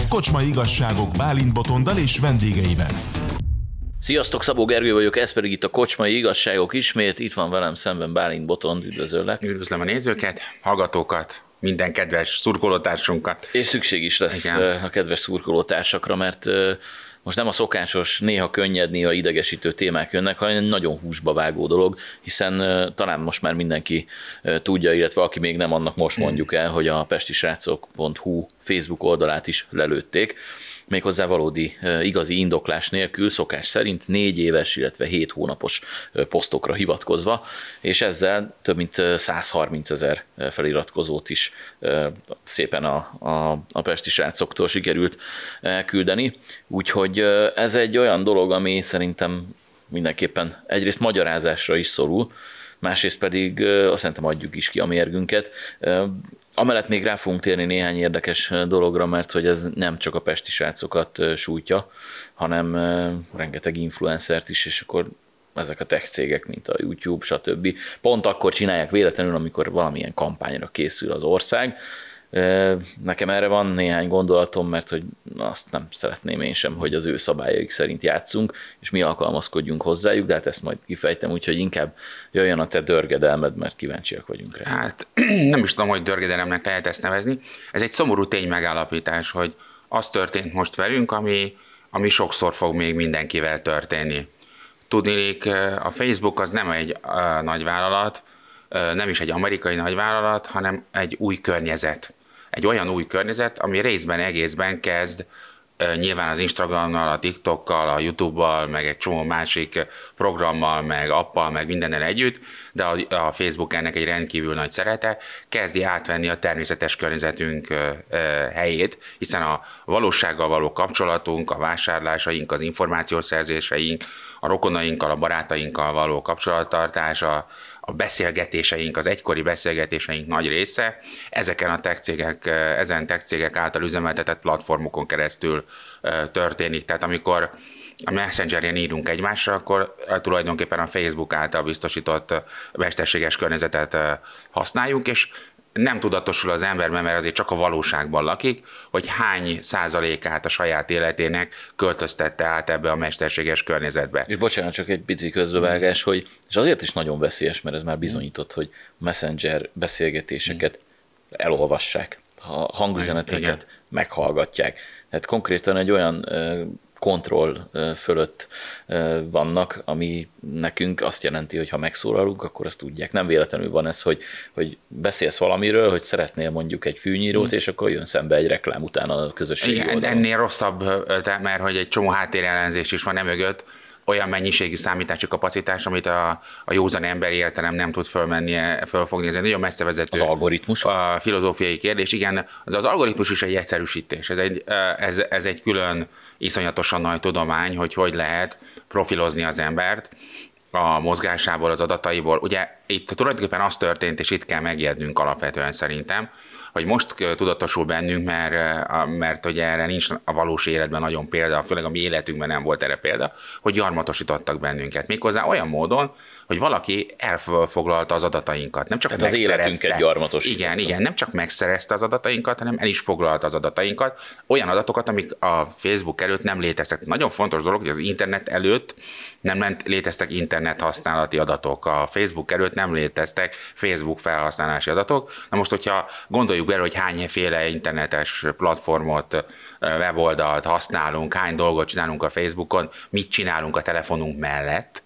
Kocsmai igazságok Bálint Botondal és vendégeivel. Sziasztok, Szabó Gergő vagyok, ez pedig itt a Kocsmai igazságok ismét. Itt van velem szemben Bálint Botond, üdvözöllek. Üdvözlöm a nézőket, hallgatókat, minden kedves szurkolótársunkat. És szükség is lesz a kedves szurkolótársakra, mert most nem a szokásos, néha könnyed, néha idegesítő témák jönnek, hanem nagyon húsba vágó dolog, hiszen talán most már mindenki tudja, illetve aki még nem, annak most mondjuk el, hogy a pestisrácok.hu Facebook oldalát is lelőtték. Méghozzá valódi, igazi indoklás nélkül, szokás szerint 4 éves, illetve 7 hónapos posztokra hivatkozva, és ezzel több mint 130 000 feliratkozót is szépen a pesti srácoktól sikerült küldeni. Úgyhogy ez egy olyan dolog, ami szerintem mindenképpen egyrészt magyarázásra is szorul, másrészt pedig azt szerintem adjuk is ki a mérgünket. Amellett még rá fogunk térni néhány érdekes dologra, mert hogy ez nem csak a pesti srácokat sújtja, hanem rengeteg influencert is, és akkor ezek a tech cégek, mint a YouTube, stb. Pont akkor csinálják véletlenül, amikor valamilyen kampányra készül az ország. Nekem erre van néhány gondolatom, mert hogy azt nem szeretném én sem, hogy az ő szabályaik szerint játszunk, és mi alkalmazkodjunk hozzájuk, de hát ezt majd kifejtem, úgyhogy inkább jöjjön a te dörgedelmed, mert kíváncsiak vagyunk rá. Hát nem is tudom, hogy dörgedelemnek lehet ezt nevezni. Ez egy szomorú tény megállapítás, hogy az történt most velünk, ami sokszor fog még mindenkivel történni. Tudniillik, a Facebook az nem egy nagyvállalat, nem is egy amerikai nagyvállalat, hanem egy új környezet. Egy olyan új környezet, ami részben, egészben kezd nyilván az Instagrammal, a TikTokkal, a YouTube-bal, meg egy csomó másik programmal, meg appal, meg mindennel együtt, de a Facebook ennek egy rendkívül nagy szerete, kezdi átvenni a természetes környezetünk helyét, hiszen a valósággal való kapcsolatunk, a vásárlásaink, az információszerzéseink, a rokonainkkal, a barátainkkal való kapcsolattartása, a beszélgetéseink, az egykori beszélgetéseink nagy része ezen tech cégek által üzemeltetett platformokon keresztül történik. Tehát amikor a Messengeren írunk egymásra, akkor tulajdonképpen a Facebook által biztosított mesterséges környezetet használjuk, és nem tudatosul az emberben, mert azért csak a valóságban lakik, hogy hány százalékát a saját életének költöztette át ebbe a mesterséges környezetbe. És bocsánat, csak egy pici közbevágás, hogy és azért is nagyon veszélyes, mert ez már bizonyított, hogy Messenger beszélgetéseket elolvassák, a hangüzeneteket meghallgatják. Tehát konkrétan egy olyan kontroll fölött vannak, ami nekünk azt jelenti, hogy ha megszólalunk, akkor azt tudják. Nem véletlenül van ez, hogy beszélsz valamiről, hogy szeretnél mondjuk egy fűnyírót, és akkor jön szembe egy reklám utána a közösségi oldalon. Ennél rosszabb, mert hogy egy csomó háttérellenzés is van emögött, olyan mennyiségű számítási kapacitás, amit a józan emberi értelem nem tud fölfogni. Ez egy nagyon messzevezető. Az algoritmus? A filozófiai kérdés. Igen, az algoritmus is egy egyszerűsítés. Ez egy külön iszonyatosan nagy tudomány, hogy lehet profilozni az embert a mozgásából, az adataiból. Ugye itt tulajdonképpen az történt, és itt kell megjegyznünk alapvetően szerintem, hogy most tudatosul bennünk, mert ugye erre nincs a valós életben nagyon példa, főleg a mi életünkben nem volt erre példa, hogy gyarmatosítottak bennünket. Méghozzá olyan módon, hogy valaki elfoglalta az adatainkat. Nem csak tehát megszerezte. Az életünket gyarmatosította. Igen, nem csak megszerezte az adatainkat, hanem el is foglalta az adatainkat. Olyan adatokat, amik a Facebook előtt nem léteztek. Nagyon fontos dolog, hogy az internet előtt nem léteztek internet használati adatok. A Facebook előtt nem léteztek Facebook felhasználási adatok. Na most, hogyha gondoljuk bele, hogy hányféle internetes platformot, weboldalt használunk, hány dolgot csinálunk a Facebookon, mit csinálunk a telefonunk mellett,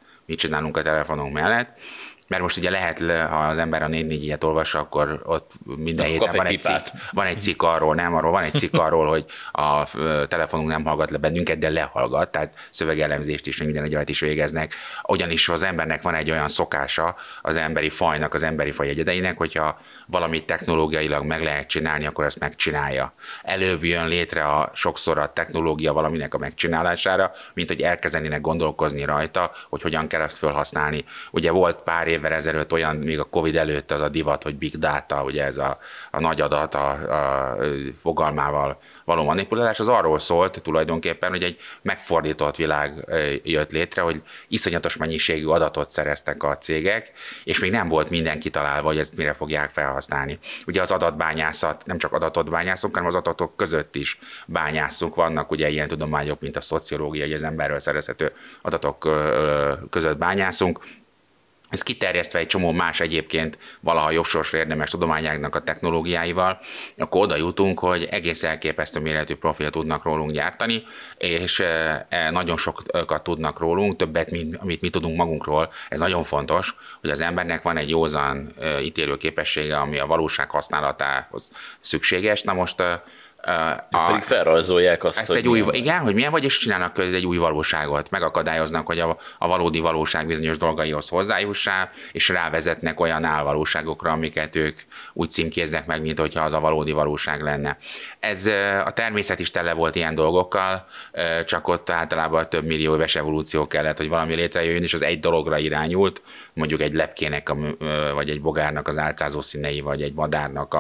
mert most ugye lehet, ha az ember a 444-et olvassa, akkor ott minden héten van egy cikk arról, hogy a telefonunk nem hallgat le bennünket, de lehallgat, tehát szövegelemzést is, minden egyebet is végeznek. Ugyanis az embernek van egy olyan szokása, az emberi fajnak, az emberi faj egyedeinek, hogyha valamit technológiailag meg lehet csinálni, akkor ezt megcsinálja. Előbb jön létre sokszor a technológia valaminek a megcsinálására, mint hogy elkezdenének gondolkozni rajta, hogy hogyan kell ezt felhasználni. Ugye volt pár évvel ezelőtt olyan, még a Covid előtt az a divat, hogy big data, ugye ez a nagy adat, a fogalmával való manipulálás, az arról szólt tulajdonképpen, hogy egy megfordított világ jött létre, hogy iszonyatos mennyiségű adatot szereztek a cégek, és még nem volt minden kitalálva, hogy ezt mire fogják felhasználni. Ugye az adatbányászat, nem csak adatot bányászunk, hanem az adatok között is bányászunk. Vannak ugye ilyen tudományok, mint a szociológia, hogy az emberről szerezhető adatok között bányászunk. Ez kiterjesztve egy csomó más egyébként valaha jobb sorsra érdemes tudományágnak a technológiáival, akkor oda jutunk, hogy egész elképesztő méretű profilt tudnak rólunk gyártani, és nagyon sokat tudnak rólunk, többet, amit mi tudunk magunkról. Ez nagyon fontos, hogy az embernek van egy józan ítélő képessége, ami a valóság használatához szükséges. Na most pedig felrajzolják azt, ezt hogy egy új, igen, hogy milyen vagy, és csinálnak egy új valóságot. Megakadályoznak, hogy a valódi valóság bizonyos dolgaihoz hozzájussál, és rávezetnek olyan álvalóságokra, amiket ők úgy címkéznek meg, mint hogyha az a valódi valóság lenne. Ez a természet is tele volt ilyen dolgokkal, csak ott általában több millió éves evolúció kellett, hogy valami létrejöjjön, és az egy dologra irányult, mondjuk egy lepkének, vagy egy bogárnak az álcázó színei, vagy egy madárnak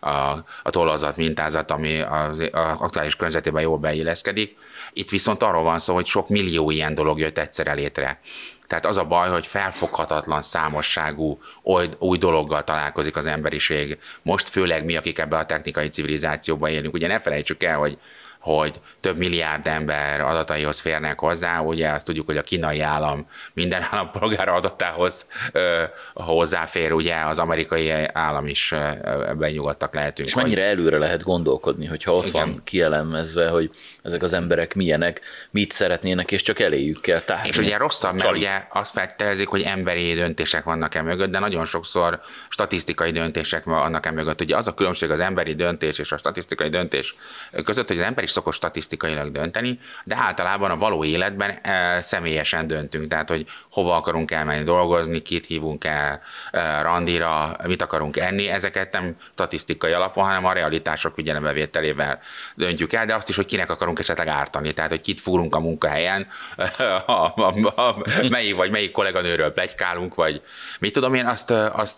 a tollazat mintázat, ami az aktuális környezetében jól beilleszkedik. Itt viszont arról van szó, hogy sok millió ilyen dolog jött egyszerre létre. Tehát az a baj, hogy felfoghatatlan számosságú új dologgal találkozik az emberiség. Most főleg mi, akik ebbe a technikai civilizációban élünk. Ugye ne felejtsük el, hogy több milliárd ember adataihoz férnek hozzá, ugye azt tudjuk, hogy a kínai állam minden állampolgára adatához hozzáfér, ugye az amerikai állam is ebben nyugodtak lehetünk. És mennyire előre lehet gondolkodni, hogyha ott van kielemezve, hogy ezek az emberek milyenek, mit szeretnének, és csak eléjük kell tárni. És ugye rosszabb, mert ugye azt feltételezik, hogy emberi döntések vannak e mögött, de nagyon sokszor statisztikai döntések vannak e mögött. Ugye az a különbség az emberi döntés és a statisztikai döntés között, hogy az ember is szokott statisztikailag dönteni, de általában a való életben személyesen döntünk. Tehát, hogy hova akarunk elmenni dolgozni, kit hívunk el randira, mit akarunk enni, ezeket nem statisztikai alapon, hanem a realitások figyelembevételével döntjük el, de azt is, hogy kinek akarunk esetleg ártani. Tehát, hogy kit fúrunk a munkahelyen, melyik kolléganőről pletykálunk, vagy mit tudom én, azt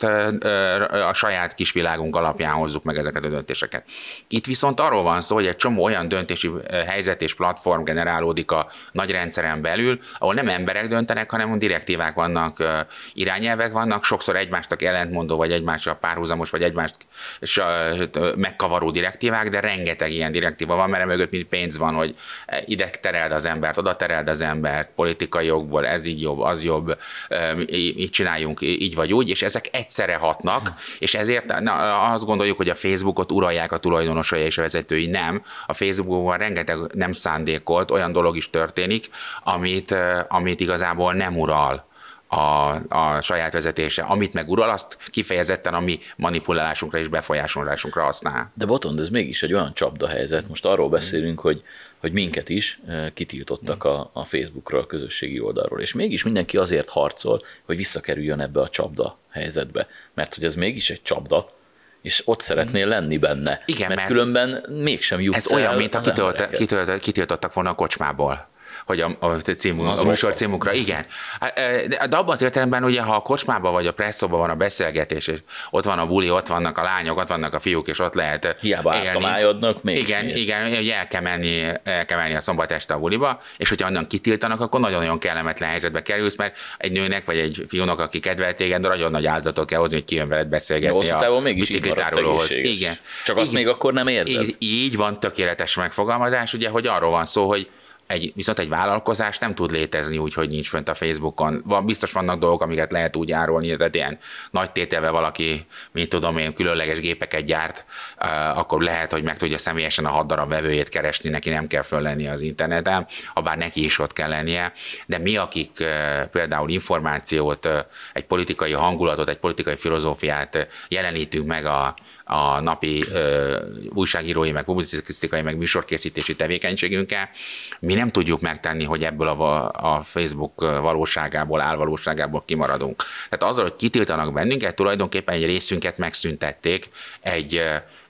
a saját kis világunk alapján hozzuk meg ezeket a döntéseket. Itt viszont arról van szó, hogy egy csomó olyan döntési helyzet és platform generálódik a nagy rendszeren belül, ahol nem emberek döntenek, hanem direktívák vannak, irányelvek vannak, sokszor egymástak ellentmondó, vagy egymással párhuzamos, vagy egymást megkavaró direktívák, de rengeteg ilyen direktíva van, mert mögött mind pénz van, hogy ide tereld az embert, oda tereld az embert, politikai jogból, ez így jobb, az jobb, így csináljunk, így vagy úgy, és ezek egyszerre hatnak, és ezért azt gondoljuk, hogy a Facebookot uralják a tulajdonosai és a vezetői, nem. A Facebookon rengeteg nem szándékolt, olyan dolog is történik, amit igazából nem ural a saját vezetése. Amit meg ural, azt kifejezetten a mi manipulálásunkra és befolyásolásunkra használ. De Botond, ez mégis egy olyan csapdahelyzet. Most arról beszélünk, hogy minket is kitiltottak a Facebookra, a közösségi oldalról, és mégis mindenki azért harcol, hogy visszakerüljön ebbe a csapdahelyzetbe. Mert hogy ez mégis egy csapda, és ott szeretnél lenni benne. Igen, mert különben mégsem jutsz ez olyan, mint ha kitiltottak volna a kocsmából, hogy a műsor címunkra. Igen. De abban az értelemben, ugye, ha a kocsmában vagy a presszóban van a beszélgetés, és ott van a buli, ott vannak a lányok, ott vannak a fiúk, és ott lehet hiába átkamályodnak, még igen, hogy el kell menni a szombat este a buliba, és hogyha onnan kitiltanak, akkor nagyon-nagyon kellemetlen helyzetbe kerülsz, mert egy nőnek vagy egy fiúnak, aki kedvel téged, nagyon nagy áldozatot kell hozni, hogy kijön veled beszélgetni a biciklitárolóhoz. Igen. Csak azt még akkor nem érzed. Így van, tökéletes megfogalmazás, ugye, hogy arról van szó, hogy viszont egy vállalkozás nem tud létezni úgy, hogy nincs fönt a Facebookon. Biztos vannak dolgok, amiket lehet úgy árulni, tehát ilyen nagy tételve valaki, mit tudom én, különleges gépeket gyárt, akkor lehet, hogy meg tudja személyesen a 6 darab vevőjét keresni, neki nem kell föl lennie az interneten, habár neki is ott kell lennie. De mi, akik például információt, egy politikai hangulatot, egy politikai filozófiát jelenítünk meg a napi újságírói, meg publicisztikai, meg műsorkészítési tevékenységünkkel, mi nem tudjuk megtenni, hogy ebből a Facebook valóságából, álvalóságából kimaradunk. Tehát azzal, hogy kitiltanak bennünket, tulajdonképpen egy részünket megszüntették,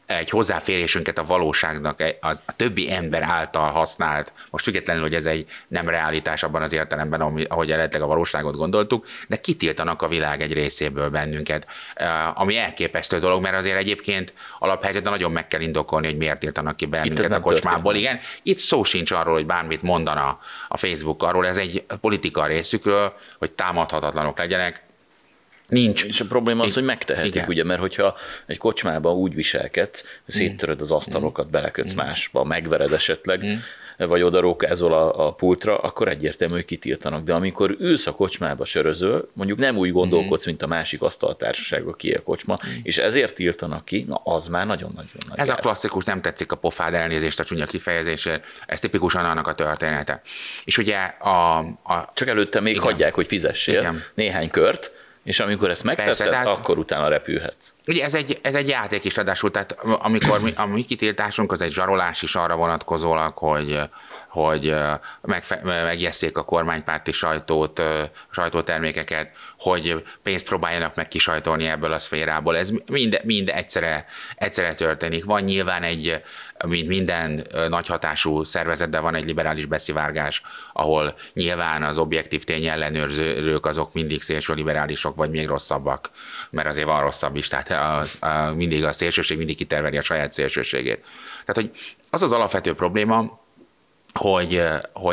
egy hozzáférésünket a valóságnak a többi ember által használt, most függetlenül, hogy ez egy nem realitás abban az értelemben, ahogy eredetileg a valóságot gondoltuk, de kitiltanak a világ egy részéből bennünket, ami elképesztő dolog, mert azért egyébként alaphelyzetben nagyon meg kell indokolni, hogy miért tiltanak ki bennünket a kocsmából. Igen, itt szó sincs arról, hogy bármit mondana a Facebook arról, ez egy politika részükről, hogy támadhatatlanok legyenek. Nincs. És a probléma az, hogy megtehetik, igen. Ugye, mert hogyha egy kocsmában úgy viselkedsz, széttöröd az asztalokat, belekötsz másba, megvered esetleg, vagy odarókázol a pultra, akkor egyértelmű, hogy kitiltanak. De amikor ülsz a kocsmába, sörözöl, mondjuk nem úgy gondolkodsz, mint a másik asztaltársaság, aki a kocsma, és ezért tiltanak ki, na az már nagyon-nagyon nagy. Ez gáz. A klasszikus, nem tetszik a pofád, elnézést a csúnya kifejezésért, ez tipikusan annak a története. És ugye csak előtte még hagyják, hogy fizessél néhány kört, és amikor ezt megtetted, akkor utána repülhetsz. Ugye ez egy játék is, ráadásul, tehát amikor a mi kitiltásunk az egy zsarolás is arra vonatkozólag, hogy megjesszék a kormánypárti sajtótermékeket, hogy pénzt próbáljanak meg kisajtolni ebből a szférából. Ez mind egyszerre történik. Van nyilván mint minden nagyhatású szervezetben van egy liberális beszivárgás, ahol nyilván az objektív tény ellenőrzők azok mindig szélső liberálisok, vagy még rosszabbak, mert azért van rosszabb is, tehát mindig a szélsőség mindig kiterveli a saját szélsőségét. Tehát, hogy az az alapvető probléma, hogy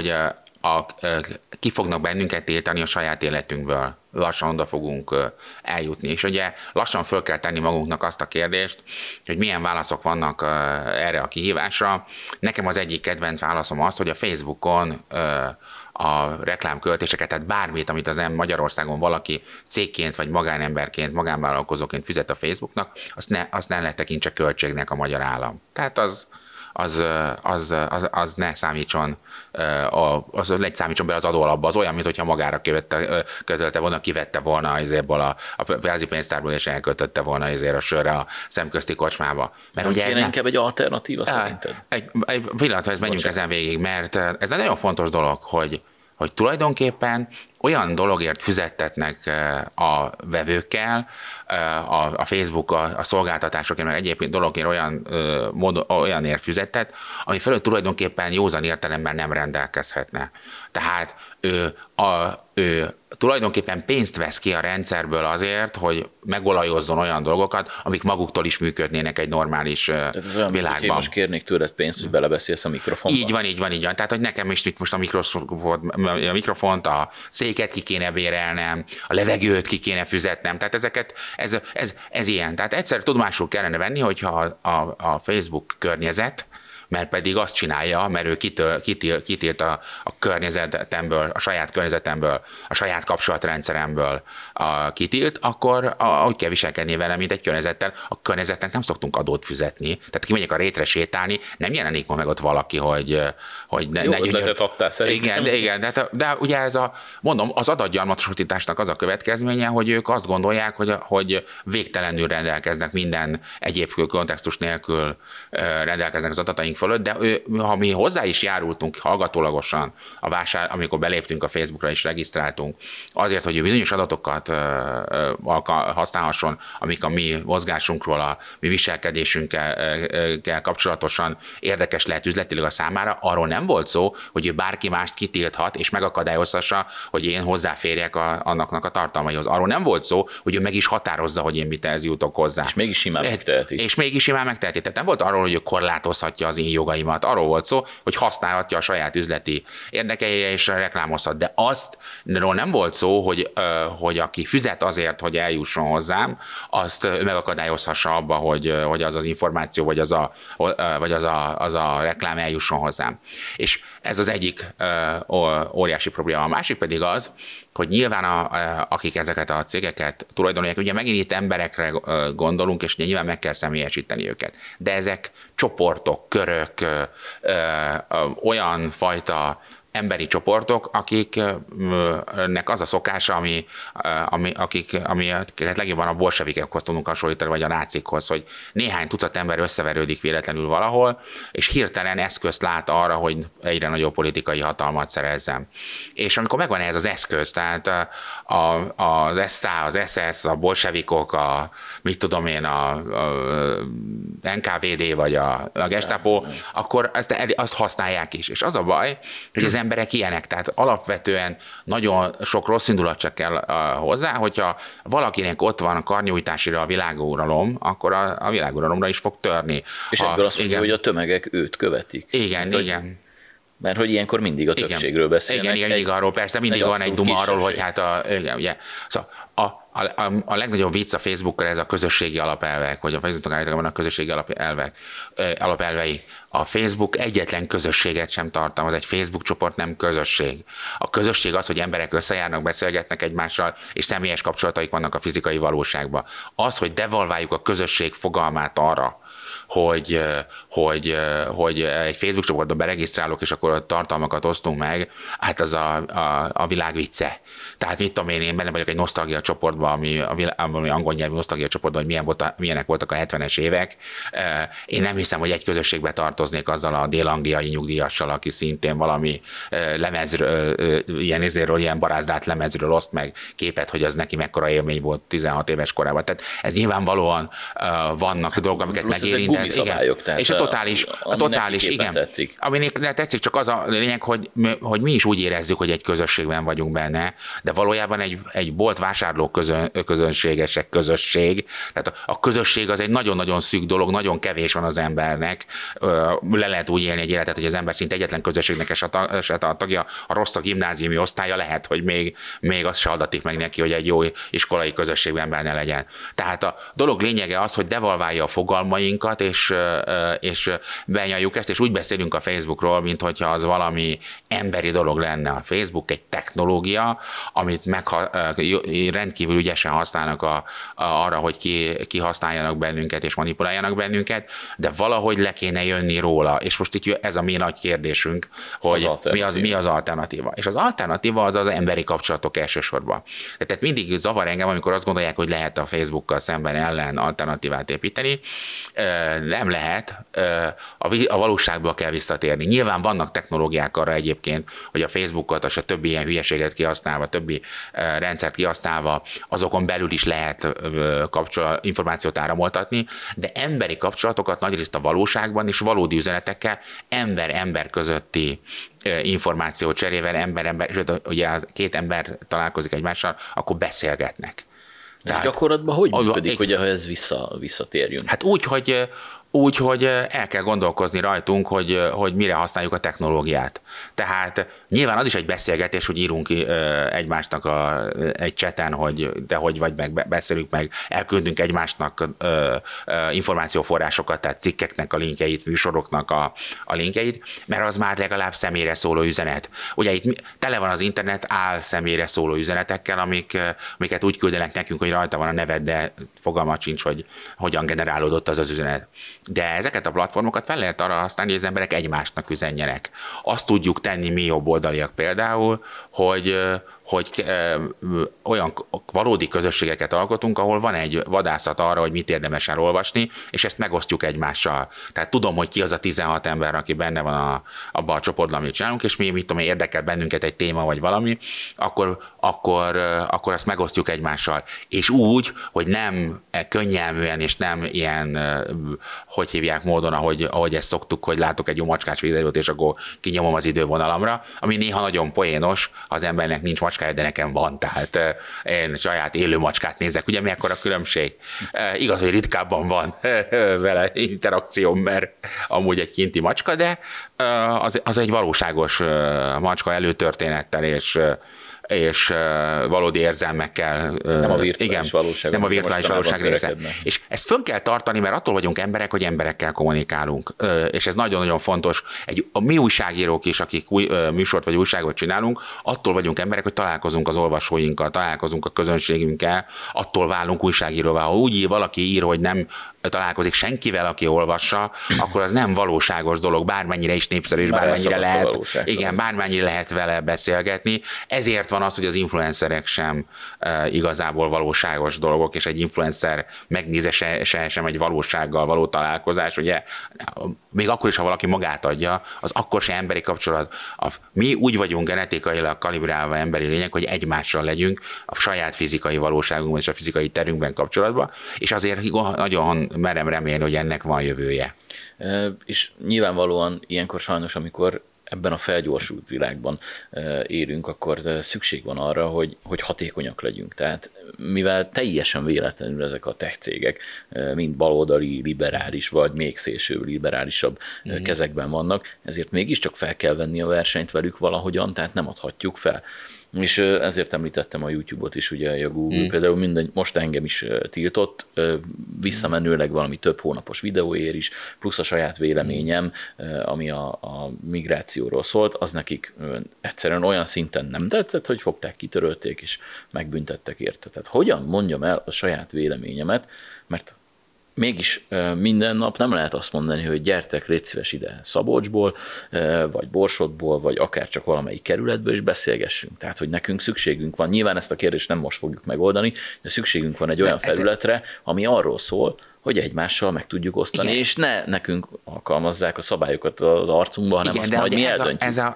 ki fognak bennünket tiltani a saját életünkből. Lassan oda fogunk eljutni. És ugye lassan föl kell tenni magunknak azt a kérdést, hogy milyen válaszok vannak erre a kihívásra. Nekem az egyik kedvenc válaszom az, hogy a Facebookon a reklámköltéseket, tehát bármit, amit az Magyarországon valaki cégként, vagy magánemberként, magánvállalkozóként fizet a Facebooknak, azt ne tekintse költségnek a magyar állam. Tehát az ne számítson, számítson bele az adóalapba, az olyan, mintha magára kötölte volna, kivette volna ezéből a házi pénztárból, és elköltötte volna ezért a sörre a szemközti kocsmába. Mert ugye ez inkább egy alternatíva szerinted? Egy pillanatra, menjünk ezen végig, mert ez egy nagyon fontos dolog, hogy tulajdonképpen olyan dologért fizettetnek a vevőkkel, a Facebook, a szolgáltatásokért, meg egyébként dologért olyanért fizettet, ami fölött tulajdonképpen józan értelemben nem rendelkezhetne. Tehát ő tulajdonképpen pénzt vesz ki a rendszerből azért, hogy megolajozzon olyan dolgokat, amik maguktól is működnének egy normális világban. Tehát én most kérnék tőled pénzt, hogy belebeszélsz a mikrofonba. Így van. Tehát, hogy nekem is itt most a mikrofont, a széket ki kéne bérelnem, a levegőt ki kéne fizetnem. Tehát ez ilyen. Tehát egyszer tudomásul kellene venni, hogyha a Facebook környezet, mert pedig azt csinálja, mert ő kitilt a környezetemből, a saját környezetemből, a saját kapcsolatrendszeremből kitilt, akkor úgy kell viselkedni vele, mint egy környezettel. A környezetnek nem szoktunk adót fizetni. Tehát kimegyek a rétre sétálni, nem jelenik ma meg ott valaki, hogy jó ötletet adtál szerintem. Igen, de ugye az adatgyarmatosításnak az a következménye, hogy ők azt gondolják, hogy végtelenül rendelkeznek minden egyéb kontextus nélkül rendelkeznek az adataink fölött, de ha mi hozzá is járultunk hallgatólagosan amikor beléptünk a Facebookra és regisztráltunk, azért, hogy bizonyos adatokat használhasson, amik a mi mozgásunkról, a mi viselkedésünkkel kapcsolatosan érdekes lehet üzletileg a számára, arról nem volt szó, hogy ő bárki mást kitilthat és megakadályozhassa, hogy én hozzáférjek annaknak a tartalmaihoz. Arról nem volt szó, hogy ő meg is határozza, hogy én mit jutok hozzá. És mégis simán megteheti. Tehát nem volt arról, hogy ő korlátozhatja az én jogaimat. Arról volt szó, hogy használhatja a saját üzleti érdekeire és reklámozhat. De aztról nem volt szó, hogy aki fizet azért, hogy eljusson hozzám, azt megakadályozhassa abba, hogy az információ, vagy az a reklám eljusson hozzám. És ez az egyik óriási probléma. A másik pedig az, hogy nyilván akik ezeket a cégeket tulajdonolják, ugye megint itt emberekre gondolunk, és nyilván meg kell személyesíteni őket. De ezek csoportok, körök, olyan fajta emberi csoportok, akiknek az a szokása, amiket legjobban a bolsevikekhoz tudunk hasonlítani, vagy a nácikhoz, hogy néhány tucat ember összeverődik véletlenül valahol, és hirtelen eszközt lát arra, hogy egyre nagyobb politikai hatalmat szerezzen. És amikor megvan ez az eszköz, tehát az SA, az SS, a bolsevikok, a NKVD vagy a Gestapo, akkor azt használják is. És az a baj, hogy az emberek ilyenek, tehát alapvetően nagyon sok rossz indulat csak kell hozzá, hogyha valakinek ott van a karnyújtásira a világuralom, akkor a világuralomra is fog törni. És ebből azt mondja, hogy a tömegek őt követik. Igen. Mert hogy ilyenkor mindig a többségről beszélnek. Igen, mindig arról, persze, mindig van egy duma arról, hogy igen. Szóval a legnagyobb vicc a Facebookkal ez a közösségi alapelvek, hogy a Facebookon általában a közösségi alapelvei. A Facebook egyetlen közösséget sem tartalmaz, egy Facebook csoport nem közösség. A közösség az, hogy emberek összejárnak, beszélgetnek egymással, és személyes kapcsolataik vannak a fizikai valóságban. Az, hogy devalváljuk a közösség fogalmát arra, hogy egy Facebook csoportba beregisztrálok, és akkor a tartalmakat osztunk meg, hát az a világ vicce. Tehát mit tudom én benne vagyok egy nosztalgia csoportban, ami angol nyelvű nosztalgia csoportban, hogy milyenek voltak a 70-es évek. Én nem hiszem, hogy egy közösségbe tartoznék azzal a dél-angliai nyugdíjassal, aki szintén valami lemezről, ilyen barázdált lemezről oszt meg képet, hogy az neki mekkora élmény volt 16 éves korában. Tehát ez nyilvánvalóan vannak dolgok, amiket megérint. És a totális, igen. Tetszik. Aminek tetszik, csak az a lényeg, hogy mi is úgy érezzük, hogy egy közösségben vagyunk benne, de valójában egy bolt vásárló közönségesek közösség. Tehát a közösség az egy nagyon-nagyon szűk dolog, nagyon kevés van az embernek. Le lehet úgy élni egy életet, hogy az ember szinte egyetlen közösségnek se a tagja, a rossz a gimnáziumi osztálya, lehet, hogy még az se adatik meg neki, hogy egy jó iskolai közösségben benne legyen. Tehát a dolog lényege az, hogy devalválja a fogalmainkat, és benyaljuk ezt, és úgy beszélünk a Facebookról, mint hogyha az valami emberi dolog lenne. A Facebook egy technológia, amit rendkívül ügyesen használnak arra, hogy kihasználjanak bennünket és manipuláljanak bennünket, de valahogy le kéne jönni róla. És most itt ez a mi nagy kérdésünk, hogy mi az alternatíva. És az alternatíva az emberi kapcsolatok elsősorban. Tehát mindig zavar engem, amikor azt gondolják, hogy lehet a Facebookkal szemben ellen alternatívát építeni. Nem lehet, a valóságba kell visszatérni. Nyilván vannak technológiák arra egyébként, hogy a Facebookot és a többi ilyen hülyeséget kihasználva, többi rendszert kihasználva, azokon belül is lehet információt áramoltatni, de emberi kapcsolatokat nagyrészt a valóságban és valódi üzenetekkel, ember-ember közötti információ cserével, ember-ember, és ugye két ember találkozik egymással, akkor beszélgetnek. Tehát, gyakorlatban hogy működik, hogy ez visszatérjünk? Hát úgy, hogy el kell gondolkozni rajtunk, hogy mire használjuk a technológiát. Tehát nyilván az is egy beszélgetés, hogy írunk egymásnak egy chaten, hogy de hogy vagy meg, beszélünk meg, elküldünk egymásnak információforrásokat, tehát cikkeknek a linkjeit, műsoroknak a linkjeit, mert az már legalább személyre szóló üzenet. Ugye itt tele van az internet személyre szóló üzenetekkel, amiket úgy küldenek nekünk, hogy rajta van a neved, de fogalmat sincs, hogy hogyan generálódott az üzenet. De ezeket a platformokat fel lehet arra használni, hogy az emberek egymásnak üzenjenek. Azt tudjuk tenni mi jobboldaliak például, hogy olyan valódi közösségeket alkotunk, ahol van egy vadászat arra, hogy mit érdemes elolvasni, és ezt megosztjuk egymással. Tehát tudom, hogy ki az a 16 ember, aki benne van abban a csoportban, amit csinálunk, és mi, mit tudom, érdekel bennünket egy téma vagy valami, akkor azt megosztjuk egymással. És úgy, hogy nem könnyelműen, és nem ilyen, hogy hívják módon, ahogy ezt szoktuk, hogy látok egy jó macskás videót, és akkor kinyomom az idővonalamra, ami néha nagyon poénos, az embernek nincs macskája, de nekem van, tehát én saját élő macskát nézek, ugye mi ekkor a különbség? Igaz, hogy ritkábban van vele interakcióm, mert amúgy egy kinti macska, de az egy valóságos macska előtörténettel és valódi érzelmekkel. Nem a virtuális valóság. Nem a virtuális valóság része. És ezt fönn kell tartani, mert attól vagyunk emberek, hogy emberekkel kommunikálunk. És ez nagyon-nagyon fontos. A mi újságírók is, akik műsort vagy újságot csinálunk, attól vagyunk emberek, hogy találkozunk az olvasóinkkal, találkozunk a közönségünkkel, attól válunk újságíróvá. Ha úgy valaki ír, hogy nem találkozik senkivel, aki olvassa, akkor az nem valóságos dolog, bármennyire is népszerű, és bármennyire lehet vele beszélgetni. Ezért van az, hogy az influencerek sem igazából valóságos dolgok, és egy influencer megnézése sem egy valósággal való találkozás, ugye, még akkor is, ha valaki magát adja, az akkor sem emberi kapcsolat. Mi úgy vagyunk genetikailag kalibrálva emberi lények, hogy egymással legyünk a saját fizikai valóságunkban és a fizikai terünkben kapcsolatban, és azért nagyon merem remélni, hogy ennek van jövője. És nyilvánvalóan ilyenkor sajnos, amikor ebben a felgyorsult világban élünk, akkor szükség van arra, hogy hatékonyak legyünk. Tehát mivel teljesen véletlenül ezek a tech cégek mind baloldali, liberális, vagy még szélső liberálisabb kezekben vannak, ezért mégiscsak fel kell venni a versenyt velük valahogyan, tehát nem adhatjuk fel. És ezért említettem a YouTube-ot is, ugye a Google például most engem is tiltott, visszamenőleg valami több hónapos videóért is, plusz a saját véleményem, ami a migrációról szólt, az nekik egyszerűen olyan szinten nem tetszett, hogy fogták, kitörölték és megbüntettek érte. Tehát hogyan mondjam el a saját véleményemet, mert mégis minden nap nem lehet azt mondani, hogy gyertek, légy szíves ide Szabolcsból, vagy Borsodból, vagy akár csak valamelyik kerületből, és beszélgessünk. Tehát, hogy nekünk szükségünk van, nyilván ezt a kérdést nem most fogjuk megoldani, de szükségünk van egy olyan felületre, ami arról szól, hogy egymással meg tudjuk osztani, igen, és ne nekünk alkalmazzák a szabályokat az arcunkba, hanem igen, azt majd mi eldöntjük.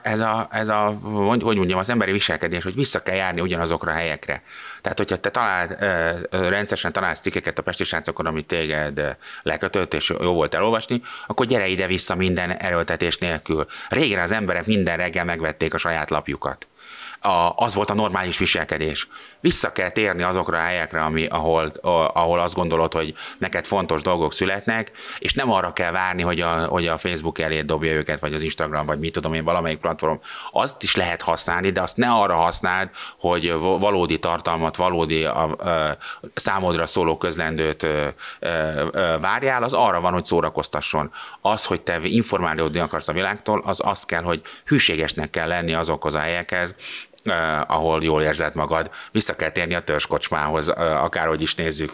Hogy mondjam, az emberi viselkedés, hogy vissza kell járni ugyanazokra a helyekre. Tehát, hogyha te rendszeresen találsz cikkeket a Pesti Srácokon, amit téged lekötött, és jó volt elolvasni, akkor gyere ide-vissza minden erőltetés nélkül. Régen az emberek minden reggel megvették a saját lapjukat. Az volt a normális viselkedés. Vissza kell térni azokra a helyekre, ahol azt gondolod, hogy neked fontos dolgok születnek, és nem arra kell várni, hogy a Facebook elé dobja őket, vagy az Instagram, vagy mit tudom én, valamelyik platform. Azt is lehet használni, de azt ne arra használd, hogy valódi tartalmat, valódi számodra szóló közlendőt várjál, az arra van, hogy szórakoztasson. Az, hogy te informálódni akarsz a világtól, az azt kell, hogy hűségesnek kell lenni azokhoz a helyekhez, ahol jól érzed magad. Vissza kell térni a törzskocsmához, akárhogy is nézzük.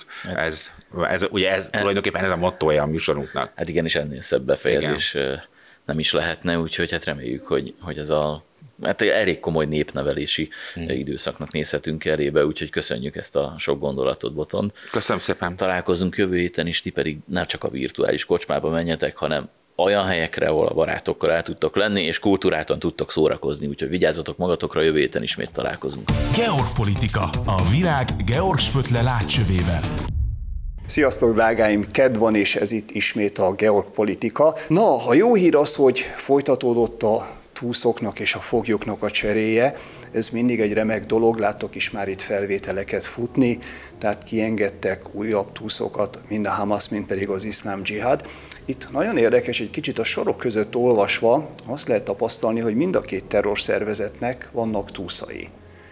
Ez tulajdonképpen ez a mottója a műsorunknak. Hát igen, és ennél szebb befejezés nem is lehetne, úgyhogy hát reméljük, hogy ez hát elég komoly népnevelési időszaknak nézhetünk elébe, úgyhogy köszönjük ezt a sok gondolatot, Botond. Köszönöm szépen. Találkozunk jövő héten is, ti pedig ne csak a virtuális kocsmába menjetek, hanem olyan helyekre, ahol a barátokkal el tudtok lenni, és kultúráltan tudtok szórakozni, úgyhogy vigyázzatok magatokra, jövő héten ismét találkozunk. Georgpolitika, a világ Georg Spötle látcsövével. Sziasztok, drágáim! Kedd van, és ez itt ismét a Georgpolitika. Na, a jó hír az, hogy folytatódott a túszoknak és a foglyoknak a cseréje. Ez mindig egy remek dolog, láttok is már itt felvételeket futni, tehát kiengedtek újabb túszokat, mind a Hamas, mind pedig az iszlám dzsihád. Itt nagyon érdekes, egy kicsit a sorok között olvasva azt lehet tapasztalni, hogy mind a két terrorszervezetnek vannak túszai.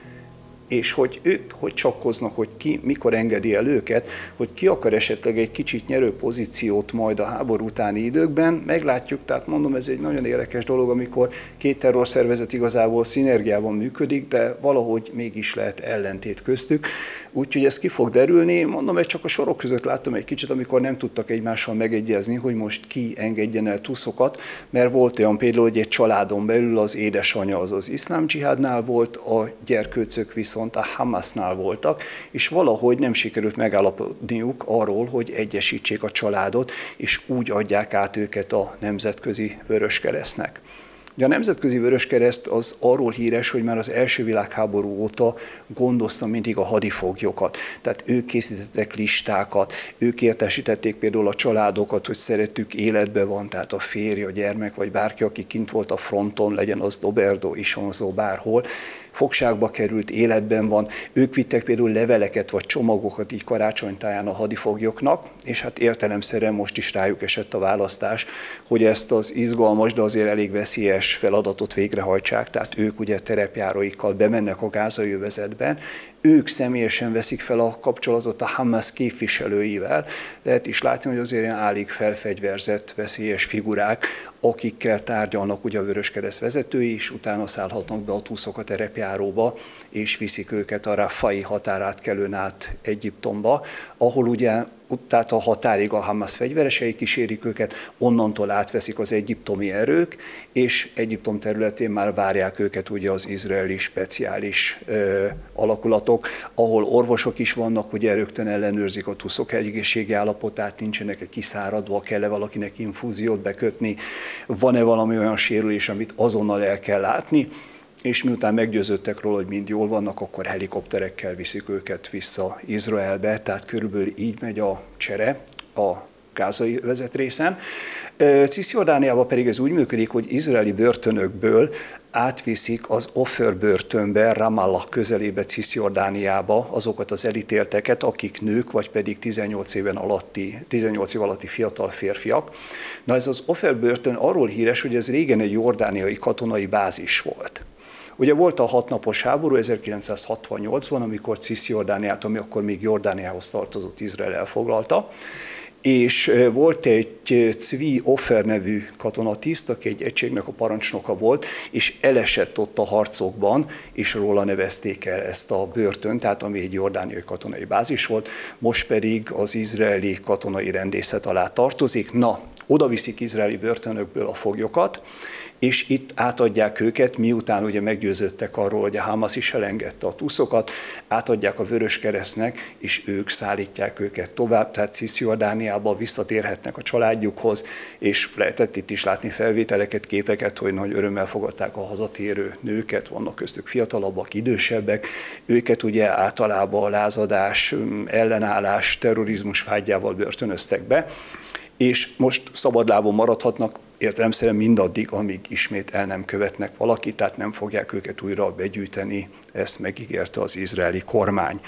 És hogy ők hogy csakkoznak, hogy ki mikor engedi el őket, hogy ki akar esetleg egy kicsit nyerő pozíciót majd a háború utáni időkben, meglátjuk, tehát mondom, ez egy nagyon érdekes dolog, amikor két terrorszervezet igazából szinergiában működik, de valahogy mégis lehet ellentét köztük, úgyhogy ez ki fog derülni, mondom, hogy csak a sorok között láttam egy kicsit, amikor nem tudtak egymással megegyezni, hogy most ki engedjen el túszokat, mert volt olyan például, hogy egy családon belül az édesanyja az iszlám dzsihádnál volt, a gyerkőcök viszont a Hamasnál voltak, és valahogy nem sikerült megállapodniuk arról, hogy egyesítsék a családot, és úgy adják át őket a Nemzetközi Vöröskeresztnek. Ugye a Nemzetközi Vöröskereszt az arról híres, hogy már az első világháború óta gondozta mindig a hadifoglyokat. Tehát ők készítettek listákat, ők értesítették például a családokat, hogy szeretük életben van, tehát a férj, a gyermek, vagy bárki, aki kint volt a fronton, legyen az Doberdo, Isonzó, bárhol, fogságba került, életben van. Ők vittek például leveleket vagy csomagokat így karácsonytáján a hadifoglyoknak, és hát értelemszerűen most is rájuk esett a választás, hogy ezt az izgalmas, de azért elég veszélyes feladatot végrehajtsák, tehát ők ugye terepjáróikkal bemennek a gázai övezetben, ők személyesen veszik fel a kapcsolatot a Hamas képviselőivel. Lehet is látni, hogy azért ilyen állig felfegyverzett, veszélyes figurák, akikkel tárgyalnak ugye a Vöröskereszt vezetői, és utána szállhatnak be a túszok a terepjáróba, és viszik őket a Rafai határátkelőn át Egyiptomba, ahol ugye tehát a határig a Hamas fegyveresei kísérik őket, onnantól átveszik az egyiptomi erők, és Egyiptom területén már várják őket ugye az izraeli speciális alakulatok, ahol orvosok is vannak, ugye rögtön ellenőrzik a tuszok egészségi állapotát, nincsenek-e kiszáradva, kell-e valakinek infúziót bekötni, van-e valami olyan sérülés, amit azonnal el kell látni, és miután meggyőződtek róla, hogy mind jól vannak, akkor helikopterekkel viszik őket vissza Izraelbe, tehát körülbelül így megy a csere a gázai övezetrészen. Cisjordániában pedig ez úgy működik, hogy izraeli börtönökből átviszik az Ofer börtönbe, Ramallah közelébe, Cisjordániába azokat az elítélteket, akik nők, vagy pedig 18 év alatti fiatal férfiak. Na ez az Ofer börtön arról híres, hogy ez régen egy jordániai katonai bázis volt. Ugye volt a 6 napos háború 1968-ban, amikor Cisjordániát, ami akkor még Jordániához tartozott, Izrael elfoglalta, és volt egy Cvi Ofer nevű katonatiszt, aki egy egységnek a parancsnoka volt, és elesett ott a harcokban, és róla nevezték el ezt a börtönt, tehát ami egy jordániai katonai bázis volt, most pedig az izraeli katonai rendészet alá tartozik. Na, oda viszik izraeli börtönökből a foglyokat, és itt átadják őket, miután ugye meggyőződtek arról, hogy a Hamas is elengedte a tuszokat, átadják a Vöröskeresztnek, és ők szállítják őket tovább, tehát Cisjordániába visszatérhetnek a családjukhoz, és lehetett itt is látni felvételeket, képeket, hogy nagy örömmel fogadták a hazatérő nőket, vannak köztük fiatalabbak, idősebbek, őket ugye általában a lázadás, ellenállás, terrorizmus vágyával börtönöztek be, és most szabadlábon maradhatnak, értelemszerűen mindaddig, amíg ismét el nem követnek valakit, tehát nem fogják őket újra begyűjteni, ezt megígérte az izraeli kormány.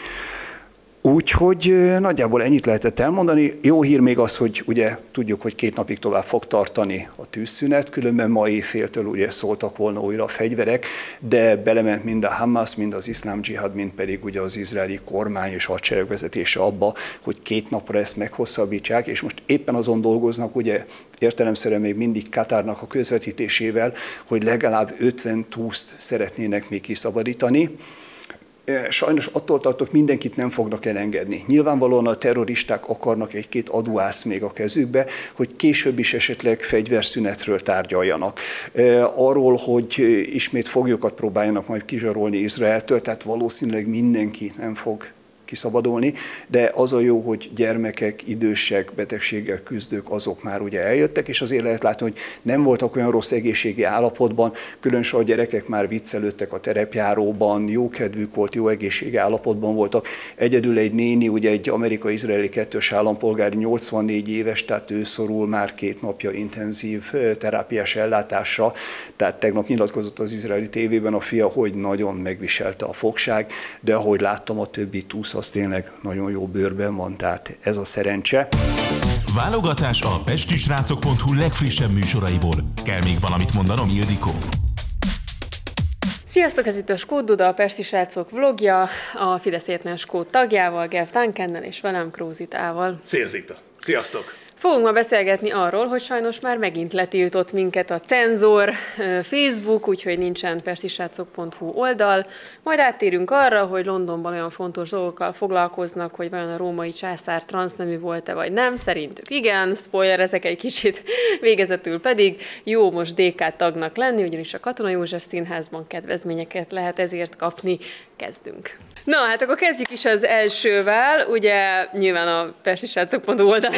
Úgyhogy nagyjából ennyit lehetett elmondani. Jó hír még az, hogy ugye tudjuk, hogy 2 napig tovább fog tartani a tűzszünet, különben ma éjféltől ugye szóltak volna újra a fegyverek, de belement mind a Hamas, mind az iszlám dzsihad, mind pedig ugye az izraeli kormány és hadsereg vezetése abba, hogy 2 napra ezt meghosszabbítsák, és most éppen azon dolgoznak, ugye értelemszerűen még mindig Katárnak a közvetítésével, hogy legalább 50 túszt szeretnének még kiszabadítani. Sajnos attól tartok, mindenkit nem fognak elengedni. Nyilvánvalóan a terroristák akarnak 1-2 aduász még a kezükbe, hogy később is esetleg fegyverszünetről tárgyaljanak. Arról, hogy ismét foglyokat próbáljanak majd kizsarolni Izraeltől, tehát valószínűleg mindenki nem fog kiszabadulni, de az a jó, hogy gyermekek, idősek, betegséggel küzdők, azok már ugye eljöttek, és azért lehet látni, hogy nem voltak olyan rossz egészségi állapotban, különösen a gyerekek már viccelődtek a terepjáróban, jó kedvük volt, jó egészségi állapotban voltak. Egyedül egy néni, ugye egy amerikai-izraeli 2-ös állampolgár, 84 éves, tehát ő szorul már 2 napja intenzív terápiás ellátásra, tehát tegnap nyilatkozott az izraeli tévében a fia, hogy nagyon megviselte a fogság, de ahogy láttam, a többi túsz az tényleg nagyon jó bőrben van, tehát ez a szerencse. Válogatás a pestisrácok.hu legfrissebb műsoraiból. Kell még valamit mondanom, Ildikó? Sziasztok, ez itt a Skót Duda, a Pesti Srácok vlogja, a Fidesz Egyetlen Skót tagjával, Gev Duncannel és velem, Krózitával. Szia Zita! Sziasztok! Fogunk ma beszélgetni arról, hogy sajnos már megint letiltott minket a cenzor Facebook, úgyhogy nincsen pestisrácok.hu oldal. Majd áttérünk arra, hogy Londonban olyan fontos dolgokkal foglalkoznak, hogy vajon a római császár transznemű volt-e vagy nem. Szerintük igen, spoiler, ezek egy kicsit, végezetül pedig jó most DK tagnak lenni, ugyanis a Katona József Színházban kedvezményeket lehet ezért kapni. Kezdünk. Na, hát akkor kezdjük is az elsővel. Ugye nyilván a pestisrácok.hu oldalán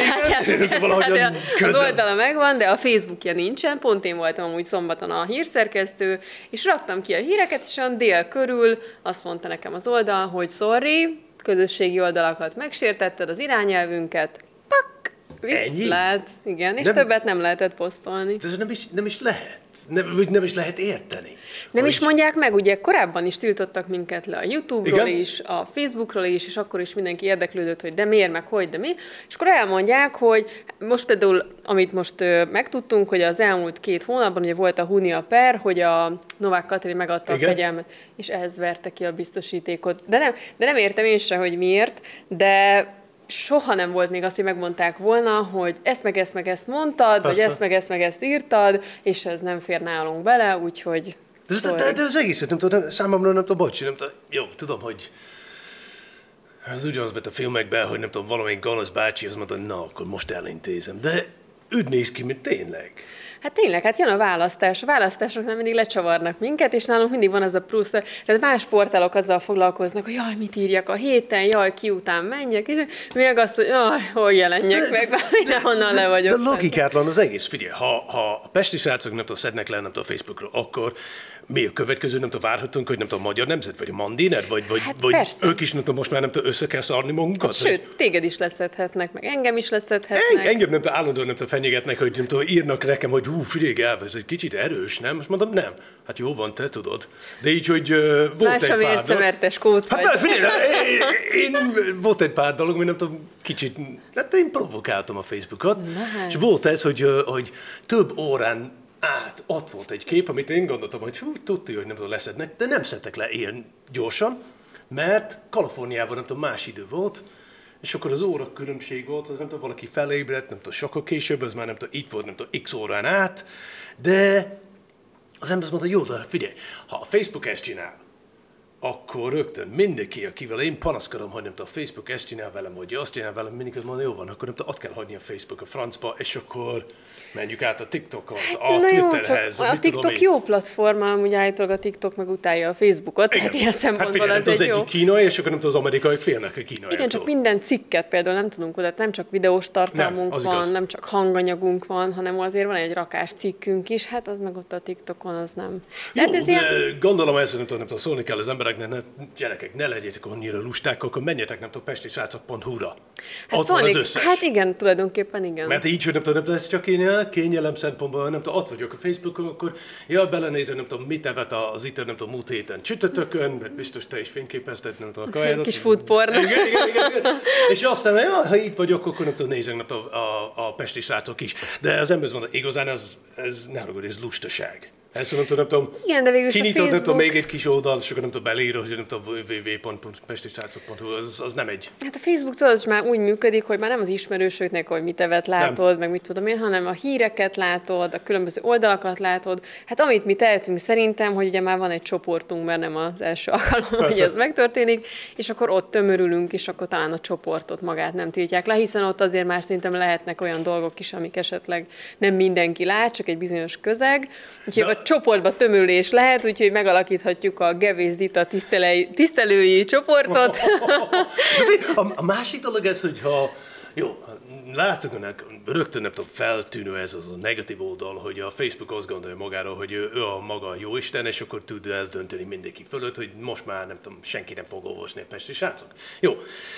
az oldala megvan, de a Facebookja nincsen. Pont én voltam amúgy szombaton a hírszerkesztő, és raktam ki a híreket, és olyan dél körül azt mondta nekem az oldal, hogy sorry, közösségi oldalakat megsértetted, az irányelvünket, pak, viszlát. Igen, és többet nem lehetett posztolni. De ez nem is lehet. Nem is lehet érteni. Nem is mondják meg, ugye korábban is tiltottak minket le a YouTube-ról is, a Facebookról is, és akkor is mindenki érdeklődött, hogy de miért, meg hogy, de mi. És akkor elmondják, hogy most például, amit most megtudtunk, hogy az elmúlt 2 hónapban ugye volt a Hunia per, hogy a Novák Katalin megadta a kegyelmet, és ehhez verte ki a biztosítékot. De nem értem én se, hogy miért, de soha nem volt még azt, hogy megmondták volna, hogy ezt meg ezt mondtad, vagy ezt meg ezt írtad, és ez nem fér nálunk bele, úgyhogy... De az egészet nem tudom, számomra nem tudom, bocs, nem tudom, jó, tudom, hogy Ez ugyanaz, mint a filmekben, hogy nem tudom, valamelyik gonosz bácsi azt mondta, na, akkor most elintézem. De úgy néz ki, mint tényleg. Hát tényleg, hát jön a választás. A választásoknál mindig lecsavarnak minket, és nálunk mindig van az a plusz. Tehát más portálok azzal foglalkoznak, hogy jaj, mit írjak a héten, jaj, ki után menjek. Még azt, hogy jaj, hol jelenjek meg, mindenhonnan le vagyok. De logikátlan az egész. Figyelj, ha a pesti srácok nem tudom, szednek le, nem tudom, a Facebookról, akkor mi a következő, nem tudom, várhatunk, hogy nem tudom, a Magyar Nemzet, vagy a Mandiner, vagy ők is, nem tudom, most már nem tudom, össze kell szarni magunkat? Hát, sőt, téged is leszedhetnek, meg engem is leszedhetnek. Engem nem tudom, állandóan nem tudom, fenyegetnek, hogy nem tudom, írnak nekem, hogy figyelj, ez egy kicsit erős, nem? Most mondom, nem. Hát jó van, te tudod. De így, hogy volt más egy pár dolog. vércemertes kód vagy. Hát figyelj, én volt egy pár dolog, hogy nem tudom, kicsit, hát én provokáltam a Facebookot, és volt ez, hogy több órán ott volt egy kép, amit én gondoltam, hogy tudti, hogy nem tudom, leszednek, de nem szedtek le ilyen gyorsan, mert Kaliforniában nem tudom, más idő volt, és akkor az óra különbség volt, az nem tudom, valaki felébredt, nem tudom, sokkal később, az már nem tudom, itt volt, nem tudom, x órán át, de az ember azt mondta, jó, de figyelj, ha a Facebook ezt csinál, akkor rögtön mindenki, akivel én panaszkodom, hogy nem tudom, a Facebook ezt csinál velem, vagy azt csinál velem, mindig azt mondja, jó van, akkor nem tudom, ott kell hagyni a Facebook a francba, és akkor menjük át a TikTokhoz, a Twitterhez. A TikTok jó platform, amúgy állítólag a TikTok meg utálja a Facebookot, tehát ilyen szempontból hát az egy jó. egyik kínai, és akkor nem tudom, az amerikaiak félnek a kínaiaktól. Igen, csak minden cikket például nem tudunk oda, nem csak videós tartalmunk van, nem csak hanganyagunk van, hanem azért van egy rakás cikkünk is, hát az meg ott a TikTokon az nem. Jó, ez ilyen... gondolom ezt, nem tudom, szólni kell az embereknek, gyerekek, ne legyetek annyira lusták, akkor menjetek, nem tudom, pestisrácok.hu-ra. Hát ott van az összes. Hát igen, tulajdonképpen igen. Mert így, hogy nem tudom, ez csak én kényelem szempontból, nem tudom, ott vagyok a Facebookon, akkor belenézem, nem tudom, mit evett az itt, nem tudom, múlt héten csütörtökön, mert biztos te is fényképezted, nem tudom, a kajádat. Kis foodporn. Igen. És aztán, ha itt vagyok, akkor nem tudom, nézem, nem tudom, a pesti srácok is. De az ember mondja, igazán ez ne ragad, ez lustaság. Ezt nem tudom, igen, de végülis kinyitod, a Facebook... nem tudom, még egy kis oldal, és akkor nem tudom, belírod, hogy nem tudom, www.pestisrácok.hu, az nem egy... Hát a Facebook tudod, már úgy működik, hogy már nem az ismerősöknek, hogy mit evett látod, meg mit tudom én, hanem a híreket látod, a különböző oldalakat látod. Hát amit mi tehetünk szerintem, hogy ugye már van egy csoportunk, mert nem az első alkalom, hogy ez megtörténik, és akkor ott tömörülünk, és akkor talán a csoportot magát nem tiltják le, hiszen ott azért már szerintem lehetnek olyan dolgok is, amik esetleg nem mindenki lát, csak egy bizonyos közeg. Úgyhogy a csoportba tömörülés lehet, úgyhogy megalakíthatjuk a Gevés Zita tisztelői csoportot. A másik dolog ez, hogyha jó, látok önnek, rögtön nem tudom, feltűnő ez az a negatív oldal, hogy a Facebook azt gondolja magáról, hogy ő a maga jóisten, és akkor tud eldönteni mindenki fölött, hogy most már nem tudom, senki nem fog olvasni a pesti srácok. Jó,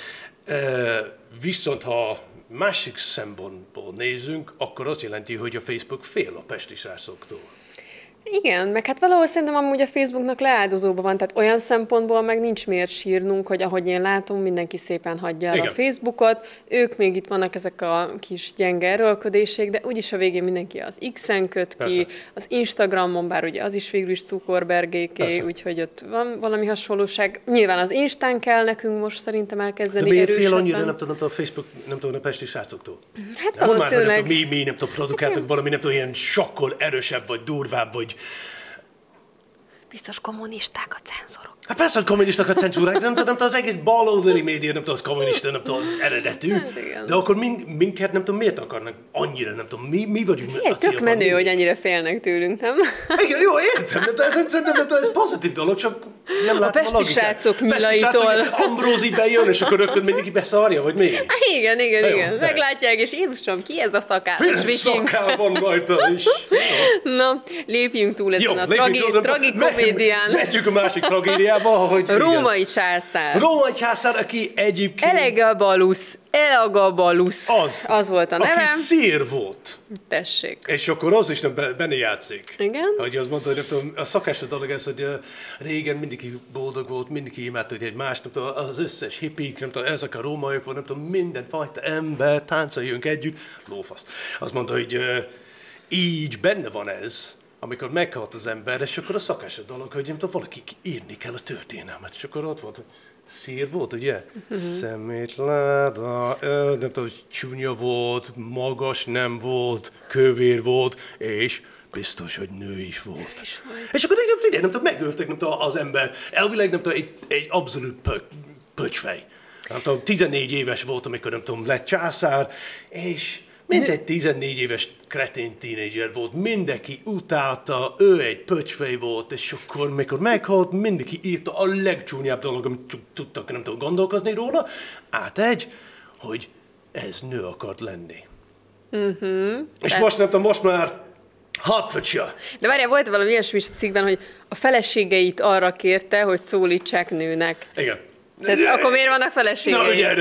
viszont ha másik szempontból nézünk, akkor azt jelenti, hogy a Facebook fél a pesti srácoktól. Igen, meg hát valahol szerintem amúgy a Facebooknak leáldozóban van, tehát olyan szempontból meg nincs miért sírnunk, hogy ahogy én látom, mindenki szépen hagyja el a Facebookot, ők még itt vannak ezek a kis gyenge erőlködések, de úgyis a végén mindenki az X-en köt ki, az Instagramon, bár ugye az is végül is Zuckerbergéké, úgyhogy ott van valami hasonlóság. Nyilván az Instán kell nekünk most szerintem elkezdeni erősebben. De miért fél annyira, nem tudom, a Facebook, nem tudom, a pesti srácoktól? Hát valószínűleg... Mi nem tudom, produkáltak valami, nem tudom, ilyen sokkal erősebb, vagy durvább, vagy biztos kommunisták a cenzorok. Hát persze, hogy kommunisták a cenzúrák, nem tudom, az egész baloldali média, nem tudom, az kommunista, nem tudom, eredetű. Hát de akkor minket, nem tudom, miért akarnak annyira, nem tudom, mi vagyunk a célban. Tök menő, hogy ennyire félnek tőlünk, nem? Igen, jó, értem, de ez pozitív dolog, csak nem látom a logikát. A pesti srácok nyilaitól. Ambrózi bejön, és akkor rögtön mindenki beszarja, vagy mi? Igen. Meglátják, és Jézusom, ki ez a szakállas viking? Szakál van rajta is. Na, lépjünk túl ezen a tragikomédián. Megyünk a másik tragédiába, hogy a római császár. Római császár, aki egyébként... Elagabalus. Az volt a neve. Aki szír volt. Tessék. És akkor az is nem benne játszik. Igen. Hogy azt mondta, hogy nem tudom, a szakásod dolog ez, hogy régen mindenki boldog volt, mindenki imádta, hogy egymást, nem tudom, az összes hippik, nem tudom, ezek a rómaiak volt, nem tudom, mindenfajta ember, táncoljunk együtt, lófasz. Azt mondta, hogy így benne van ez, amikor meghalt az ember, és akkor a szakásod dolog, hogy nem tudom, valaki írni kell a történelmet, és akkor ott volt, szír volt, ugye? Szemétláda, nem tudom, csúnya volt, magas nem volt, kövér volt, és biztos, hogy nő is volt. És akkor figyelj, nem tudom, megöltek, nem tudom, az ember, elvileg nem tudom, egy abszolút pöcsfej. nem tudom, 14 éves volt, amikor nem tudom, lett császár, és mindegy 14 éves kretén tínédzser volt, mindenki utálta, ő egy pöcsfej volt, és akkor, mikor meghalt, mindenki írta a legcsúnyább dolog, amit tudtak, nem tudom, gondolkozni róla, hogy ez nő akart lenni. És most nem tudom, most már Hertfordshire. De várjál, volt valami ilyesmi cikkben, hogy a feleségeit arra kérte, hogy szólítsák nőnek. Igen. Tehát akkor miért vannak feleségei? Na ugye,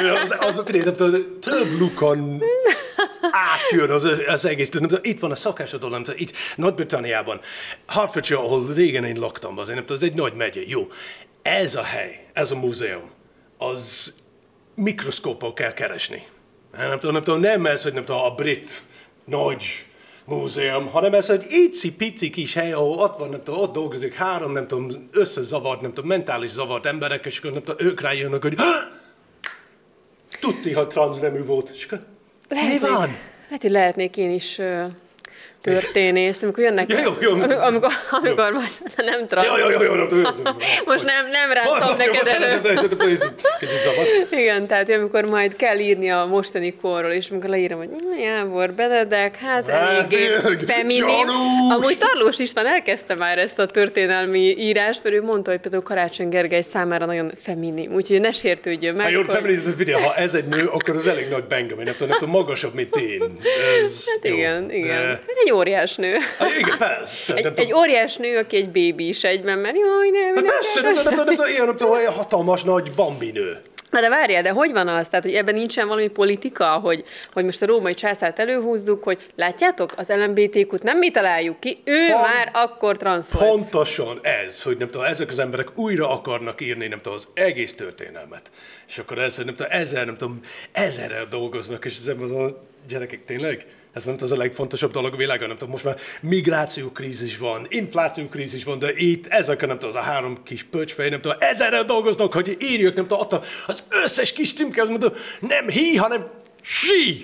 több lukon átjön az egész. Itt van a szakásodon, itt Nagy-Britanniában, Hertfordshire, ahol régen én laktam, azért, ez egy nagy megye. Jó, ez a hely, ez a múzeum, az mikroszkóppal kell keresni. Nem ez, hogy a brit nagy múzeum, hanem ez, hogy icipici kis hely, ahol ott van, ott dolgozik 3, összezavart, mentális zavart emberek, és akkor ők rájönnek, hogy tudti, ha transznemű volt, és akkor mi van? Lehet, hogy lehetnék én is történész, amikor jönnek, amikor majd nem transz. Most nem rántam neked elő. Igen, tehát amikor majd kell írni a mostani korról, és amikor leírom, hogy Jávor Benedek, hát eléggé feminim. Amúgy Tarlós István elkezdte már ezt a történelmi írást, mert ő mondta, hogy például Karácsony Gergely számára nagyon feminim, úgyhogy ne sértődjön meg. Jó, feminim, ha ez egy nő, akkor az elég nagy bengem, nem tudom, magasabb, mint én. Hát igen. Hát egy óriás nő. Igen, persze. Egy óriás nő, aki egy bébi is egyben, mert jaj, nem. Persze, ilyen hatalmas nagy bambi nő. Na de várjál, de hogy van az? Tehát, hogy ebben nincsen valami politika, hogy most a római császárt előhúzzuk, hogy látjátok, az LMBTQ-t nem mi találjuk ki, már akkor transz volt. Pontosan ez, hogy nem tudom, ezek az emberek újra akarnak írni, nem tudom, az egész történelmet. És akkor ez, nem tudom, ezerrel dolgoznak, és az a gyerekek tényleg? Ez nem az a legfontosabb dolog a világon, nem tudom, most már migrációkrízis van, inflációkrízis van, de itt ezek nem tudom, az a 3 kis pöcsfej, nem tudom, ezerrel dolgoznak, hogy írjuk, nem tudom, ott az összes kis címke, az mondom, nem hi, hanem sí.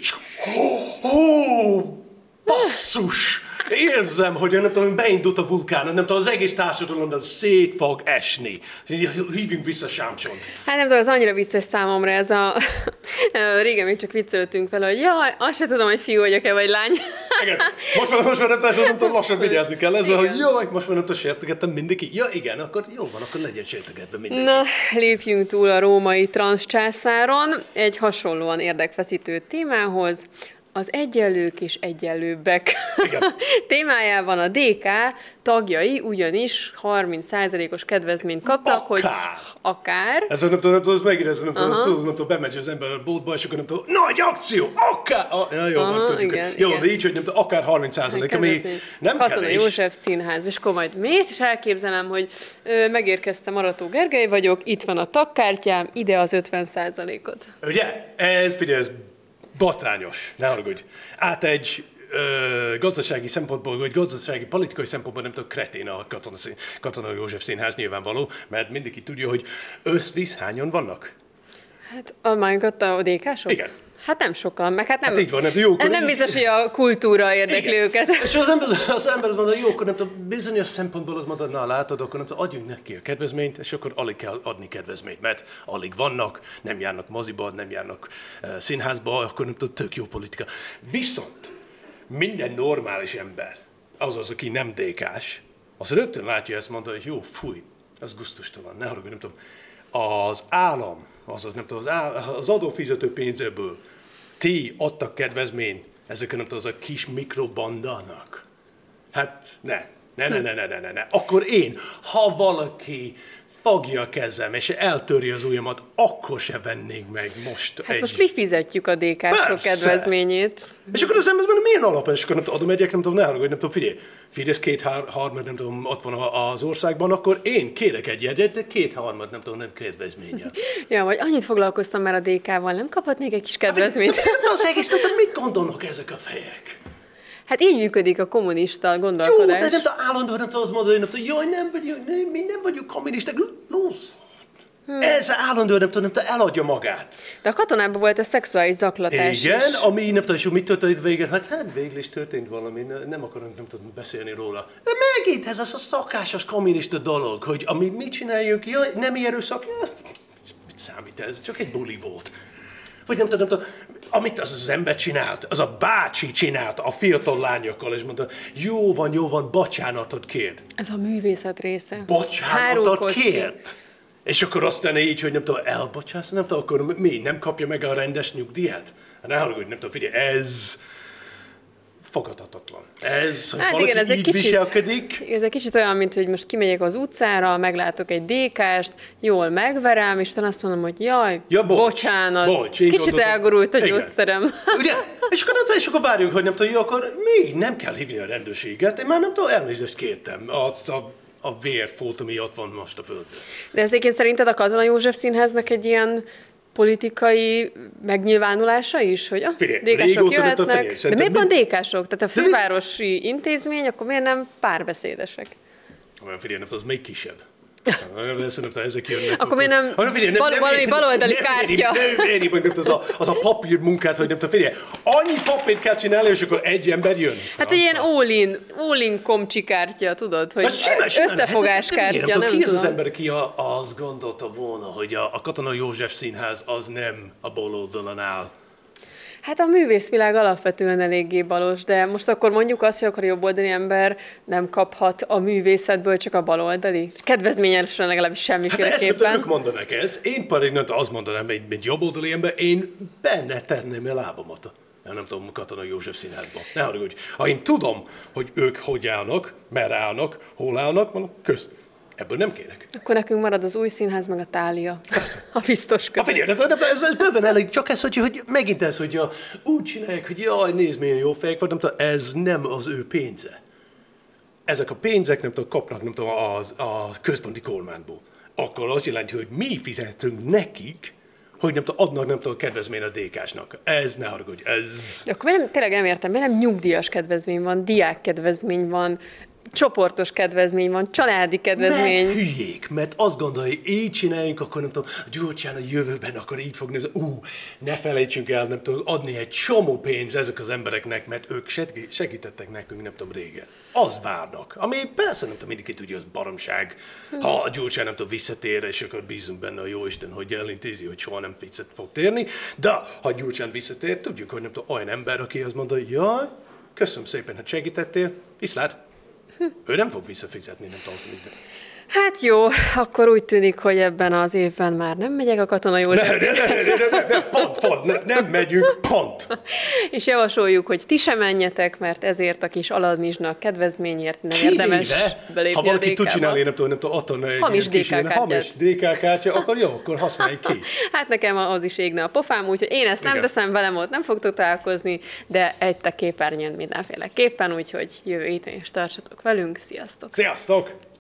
Basszus! Érzem, hogy nem tudom, beindult a vulkán, nem tudom, az egész társadalom szét fog esni. Hívjunk vissza Sámcsont. Hát nem tudom, az annyira vicces számomra ez a... Régen még csak viccelődtünk vele, hogy jaj, azt se tudom, hogy fiú vagyok-e, vagy lány. Igen, most már nem tudom, lassan vigyázni kell ezzel, hogy jaj, most már nem tudom, sértegettem mindenki. Ja, igen, akkor jó van, akkor legyen sértegetve mindenki. Na, lépjünk túl a római transz császáron egy hasonlóan érdekfeszítő témához. Az egyenlők és egyenlőbbek témájában a DK tagjai ugyanis 30%-os kedvezményt kaptak, hogy akár. Ez nem tudom, ezt megérezni, nem tudom, bemegy az ember a boltba, és akkor nem tudom, nagy akció, akár. Jó, tudjuk. Jó, de így, hogy nem tudom, akár 30%, ami nem Katona József Színház, és akkor majd mész, és elképzelem, hogy megérkeztem, Arató Gergely vagyok, itt van a tagkártyám, ide az 50%-ot. Ugye? Ez botrányos, ne haragudj. Egy gazdasági szempontból, vagy gazdasági politikai szempontból nem tudom, kretén a Katona József Színház nyilvánvaló, mert mindenki tudja, hogy összvisz hányan vannak? Hát a DK-sok? Igen. Hát nem sokan, meg hát nem, így van, jó, nem biztos, hogy a kultúra érdekli őket. És az ember mondja, jó, akkor nem tudom, bizonyos szempontból az mondod, na látod, akkor nem tudom, adjunk neki a kedvezményt, és akkor alig kell adni kedvezményt, mert alig vannak, nem járnak moziba, nem járnak színházba, akkor nem tudom, tök jó politika. Viszont minden normális ember, azaz, aki nem DK-s, az rögtön látja ezt, mondja, hogy jó, fúj, ez gusztustalan, ne haragudj, nem tudom, az állam, azaz nem tudom, az adófizető pénzéből ti adtak kedvezményt ezeken nem tudom, az a kis mikrobandának. Hát ne. Akkor én, ha valaki fogja a kezem, és eltöri az ujjamat, akkor se vennék meg most hát most mi fizetjük a DK-sok kedvezményét. És akkor az ember mondja, milyen alapon? És akkor nem tudom, adom egyek, nem tudom, ne haragudj, nem tudom, figyelj, Fidesz 2/3, nem tudom, ott van az országban, akkor én kérek egy jegyet, de 2/3, nem tudom, nem kedvezménye. Ja, vagy annyit foglalkoztam már a DK-val, nem kaphatnék egy kis kedvezményt? De az egész, nem tudom, mit gondolnak ezek a fejek? Hát így működik a kommunista gondolkodás. Jó, de nem tudom, állandóan nem tudom azt mondani, nem tudom, jaj, mi nem vagyunk kommunisták, lósz. Ez állandóan nem tudom, eladja magát. De a katonában volt a szexuális zaklatás igen, is. ami nem tudom, és mit történt végén? Hát végül is történt valami, nem akarunk nem tudom beszélni róla. De megint ez az a szakásos kommunista dolog, hogy ami mit csináljunk, jaj, nem erőszak, mit számít. semmit, ez csak egy buli volt. Vagy nem tudom, amit az ember csinált, az a bácsi csinált a fiatal lányokkal, és mondta, jó van, bocsánatot kért. Ez a művészet része. Bocsánatot kért. És akkor aztán így, hogy nem tudom, elbocsász, nem tudom, akkor mi, nem kapja meg a rendes nyugdíjat? Ne hallgass, nem tudom, figyelj, ez fogadhatatlan. Ez, hogy valaki igen, ez így viselkedik. Ez egy kicsit olyan, mint hogy most kimegyek az utcára, meglátok egy DK-st, jól megverem, és aztán azt mondom, hogy jaj, bocsánat, kicsit elgurult a gyógyszerem. Ugye? És akkor várjuk, hogy nem tudom, jó, akkor mi? Nem kell hívni a rendőrséget, én már nem tudom, elnézést kértem. A vérfót, ami ott van most a földön. De ez egyébként szerinted a Katona József Színháznak egy ilyen politikai megnyilvánulása is, hogy DK-sok jöhetnek, de miért van DK-sok? Tehát a fővárosi intézmény, akkor miért nem párbeszédesek? Figyelj, az még kisebb. Ezek jönnek. Akkor miért nem valami baloldali kártya? Az a papír munkát, hogy nem tudom, figyelj, annyi papírt kell csinálni, és akkor egy ember jön. Hát egy ilyen all-in komcsi kártya, tudod, hogy összefogás kártya, nem ki az az ember, aki azt gondolta volna, hogy a Katona József Színház az nem a baloldalon áll? Hát a művészvilág alapvetően eléggé balos, de most akkor mondjuk azt, hogy akkor a jobboldali ember nem kaphat a művészetből, csak a baloldali? Kedvezményesen legalábbis semmiféleképpen. Hát ezt mondanak ez. Én pedig nem azt mondanám, mint jobboldali ember, én benne tenném a lábamat. Nem tudom, Katona József Színházban. Ne haragudj. Ha én tudom, hogy ők hogy állnak, merre állnak, hol állnak, mondom, kösz. Ebből nem kérek. Akkor nekünk marad az új színház, meg a Thália. A biztos között. Figyelj, ez bőven elég, csak ez, hogy megint ez, hogy úgy csinálják, hogy jaj, nézd, milyen jó fejek vagy, nem tudom, ez nem az ő pénze. Ezek a pénzek, nem tudom, kapnak, nem tudom, a központi kormányból. Akkor azt jelenti, hogy mi fizetünk nekik, hogy nem tudom, adnak, nem tudom, kedvezmény a DK-snak. Ez ne haragudj, ez... De akkor tényleg nem értem, miért nem nyugdíjas kedvezmény van, diák kedvezmény van, csoportos kedvezmény van, családi kedvezmény. Mert hülyék, mert azt gondolja, hogy így csináljunk, akkor nem tudom, Gyurcsány a jövőben akkor így fog nézni, ne felejtsünk el, nem tudom, adni egy csomó pénzt ezek az embereknek, mert ők segítettek nekünk, nem tudom, régen. Az várnak. Ami persze nem tudom, mindig tudja, az baromság. Ha a Gyurcsány nem tudom, visszatér, és akkor bízunk benne a Jóisten, hogy elintézi, hogy soha nem vissza fog térni. De ha Gyurcsány visszatér, tudjuk, hogy nem tudom, olyan ember, aki azt mondja, jaj, köszönöm szépen, hogy segítettél, viszlát. Ő nem fog visszafizetni, nem tudom, minden. Hát jó, akkor úgy tűnik, hogy ebben az évben már nem megyek a Katona József Színházba. Pont, nem megyünk, pont. És javasoljuk, hogy ti sem menjetek, mert ezért a kis aladmizsnak kedvezményért nem érdemes belépni ha valaki a tud DK-ba. csinálni, nem tudom, attól hamis DK-kártyát. Hamis DK-kártya, akkor jó, akkor használj ki. Hát nekem az is égne a pofám, úgyhogy én ezt nem teszem, velem ott nem fogtok találkozni, de egy te képernyőn mindenféleképpen, úgyhogy jövő héten is tartsatok velünk. Sziasztok! Sziasztok!